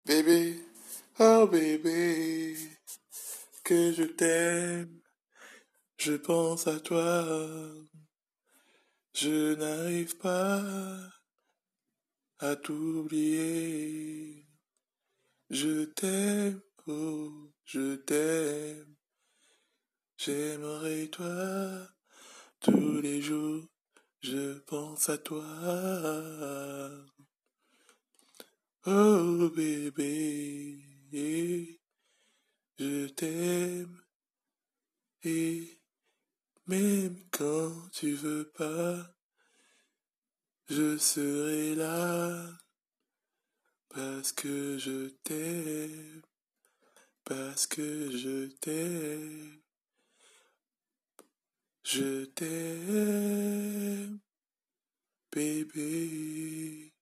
Bébé, oh bébé, que je t'aime, je pense à toi, je n'arrive pas à t'oublier. Je t'aime, oh, je t'aime, j'aimerais toi, tous les jours, je pense à toi. Oh bébé, je t'aime, et même quand tu veux pas, je serai là, parce que je t'aime, parce que je t'aime, bébé.